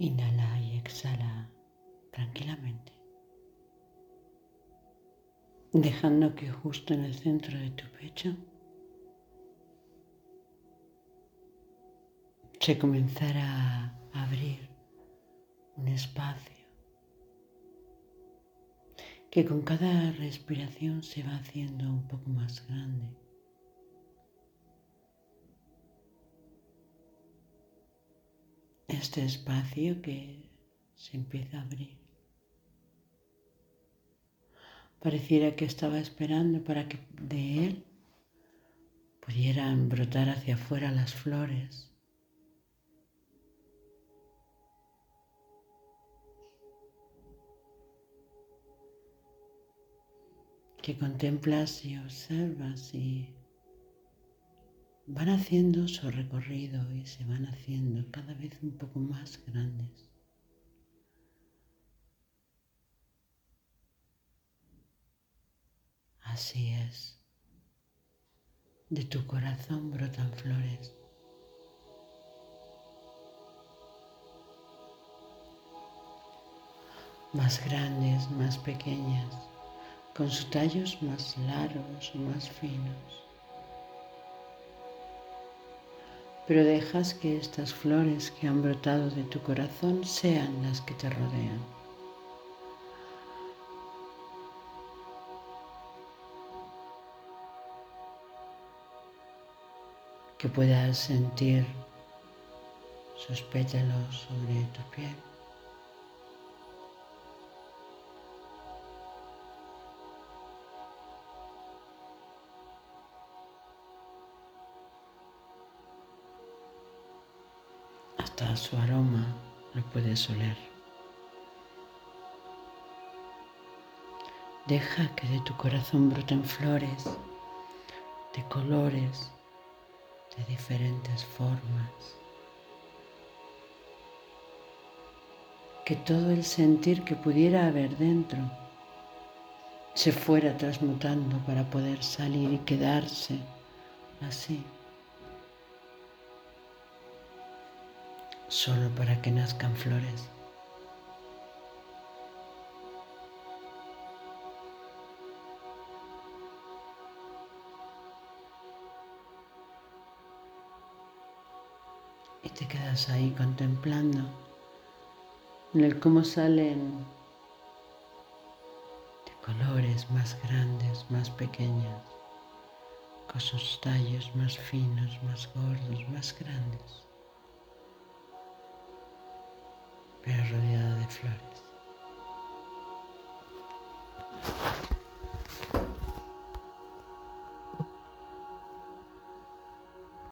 Inhala y exhala tranquilamente, dejando que justo en el centro de tu pecho se comenzara a abrir un espacio que con cada respiración se va haciendo un poco más grande. Este espacio que se empieza a abrir. Pareciera que estaba esperando para que de él pudieran brotar hacia afuera las flores. Que contemplas y observas y van haciendo su recorrido y se van haciendo cada vez un poco más grandes. Así es. De tu corazón brotan flores. Más grandes, más pequeñas, con sus tallos más largos o más finos. Pero dejas que estas flores que han brotado de tu corazón sean las que te rodean. Que puedas sentir sus pétalos sobre tu piel. Hasta su aroma lo puedes oler. Deja que de tu corazón broten flores de colores, de diferentes formas. Que todo el sentir que pudiera haber dentro se fuera transmutando para poder salir y quedarse así, solo para que nazcan flores. Y te quedas ahí contemplando en el cómo salen de colores más grandes, más pequeños, con sus tallos más finos, más gordos, más grandes, pero rodeada de flores.